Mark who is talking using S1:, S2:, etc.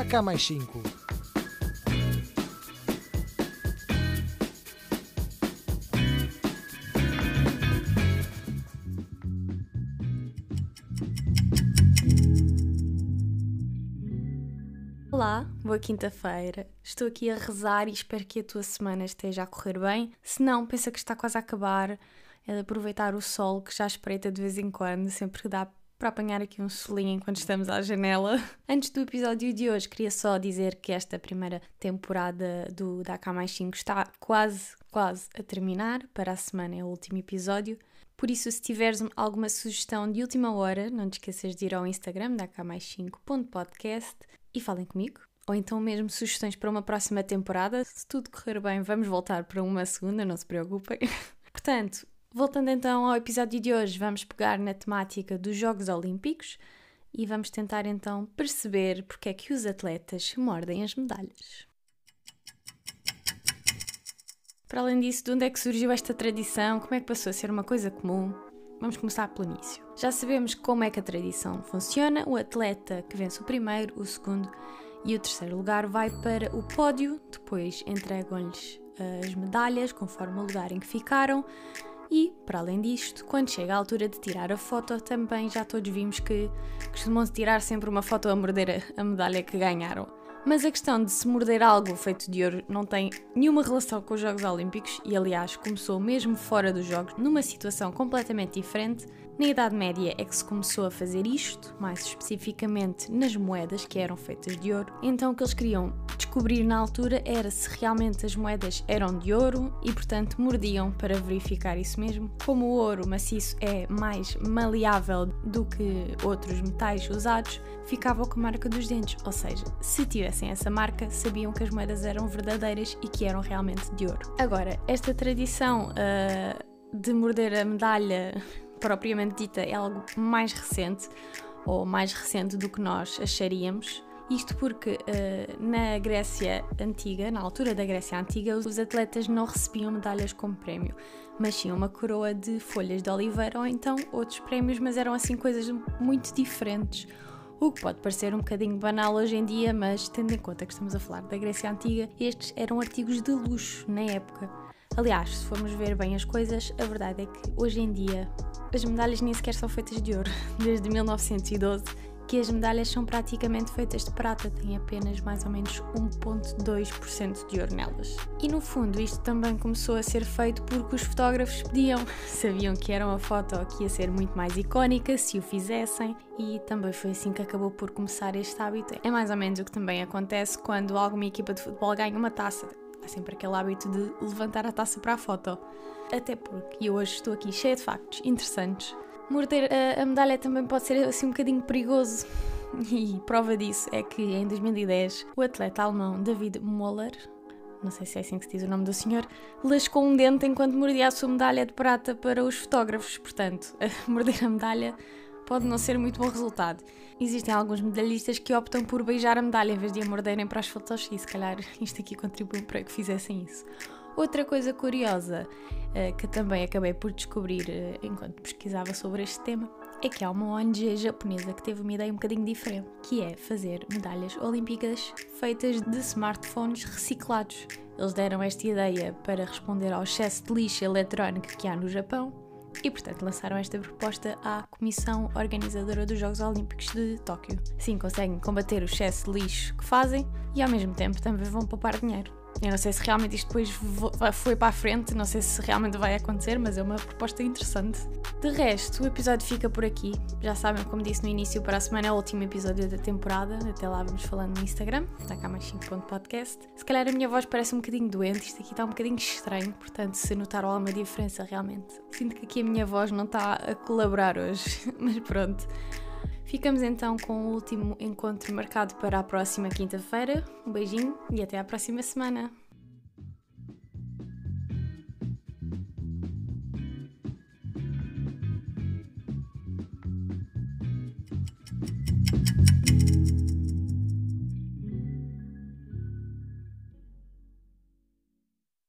S1: Cá mais 5.
S2: Olá, boa quinta-feira. Estou aqui a rezar e espero que a tua semana esteja a correr bem. Se não, pensa que está quase a acabar. É de aproveitar o sol que já espreita de vez em quando, sempre que dá para apanhar aqui um solinho enquanto estamos à janela. Antes do episódio de hoje, queria só dizer que esta primeira temporada do Da Cá Mais 5 está quase a terminar. Para a semana é o último episódio. Por isso, se tiveres alguma sugestão de última hora, não te esqueças de ir ao Instagram, dacamais5.podcast, e falem comigo. Ou então mesmo sugestões para uma próxima temporada. Se tudo correr bem, vamos voltar para uma segunda, não se preocupem. Portanto, voltando então ao episódio de hoje, vamos pegar na temática dos Jogos Olímpicos e vamos tentar então perceber porque é que os atletas mordem as medalhas. Para além disso, de onde é que surgiu esta tradição? Como é que passou a ser uma coisa comum? Vamos começar pelo início. Já sabemos como é que a tradição funciona. O atleta que vence o primeiro, o segundo e o terceiro lugar vai para o pódio. Depois entregam-lhes as medalhas conforme o lugar em que ficaram. E, para além disto, quando chega a altura de tirar a foto, também já todos vimos que costumam-se tirar sempre uma foto a morder a medalha que ganharam. Mas a questão de se morder algo feito de ouro não tem nenhuma relação com os Jogos Olímpicos e, aliás, começou mesmo fora dos Jogos, numa situação completamente diferente. Na Idade Média é que se começou a fazer isto, mais especificamente nas moedas que eram feitas de ouro. Então o que eles queriam descobrir na altura era se realmente as moedas eram de ouro e, portanto, mordiam para verificar isso mesmo. Como o ouro maciço é mais maleável do que outros metais usados, ficava com a marca dos dentes, ou seja, se tivessem essa marca, sabiam que as moedas eram verdadeiras e que eram realmente de ouro. Agora, esta tradição de morder a medalha propriamente dita é algo mais recente, ou mais recente do que nós acharíamos. Isto porque na Grécia Antiga, na altura da Grécia Antiga, os atletas não recebiam medalhas como prémio, mas sim uma coroa de folhas de oliveira ou então outros prémios, mas eram assim coisas muito diferentes. O que pode parecer um bocadinho banal hoje em dia, mas tendo em conta que estamos a falar da Grécia Antiga, estes eram artigos de luxo na época. Aliás, se formos ver bem as coisas, a verdade é que hoje em dia as medalhas nem sequer são feitas de ouro. Desde 1912 que as medalhas são praticamente feitas de prata, têm apenas mais ou menos 1,2% de ouro nelas. E no fundo isto também começou a ser feito porque os fotógrafos pediam, sabiam que era uma foto que ia ser muito mais icónica se o fizessem, e também foi assim que acabou por começar este hábito. É mais ou menos o que também acontece quando alguma equipa de futebol ganha uma taça. Há sempre aquele hábito de levantar a taça para a foto. Até porque, e hoje estou aqui cheia de factos interessantes, morder a medalha também pode ser assim um bocadinho perigoso. E prova disso é que em 2010 o atleta alemão David Moller, não sei se é assim que se diz o nome do senhor, lascou um dente enquanto mordia a sua medalha de prata para os fotógrafos. Portanto, morder a medalha pode não ser muito bom resultado. Existem alguns medalhistas que optam por beijar a medalha em vez de a morderem para as fotos e se calhar isto aqui contribuiu para que fizessem isso. Outra coisa curiosa que também acabei por descobrir enquanto pesquisava sobre este tema é que há uma ONG japonesa que teve uma ideia um bocadinho diferente, que é fazer medalhas olímpicas feitas de smartphones reciclados. Eles deram esta ideia para responder ao excesso de lixo eletrónico que há no Japão e, portanto, lançaram esta proposta à Comissão Organizadora dos Jogos Olímpicos de Tóquio. Assim conseguem combater o excesso de lixo que fazem e, ao mesmo tempo, também vão poupar dinheiro. Eu não sei se realmente isto depois foi para a frente, não sei se realmente vai acontecer, mas é uma proposta interessante. De resto, o episódio fica por aqui. Já sabem, como disse no início, para a semana é o último episódio da temporada. Até lá vamos falando no Instagram, dacamais5.podcast. Se calhar a minha voz parece um bocadinho doente, isto aqui está um bocadinho estranho, portanto, se notaram alguma diferença realmente. Sinto que aqui a minha voz não está a colaborar hoje, mas pronto. Ficamos então com o último encontro marcado para a próxima quinta-feira. Um beijinho e até à próxima semana.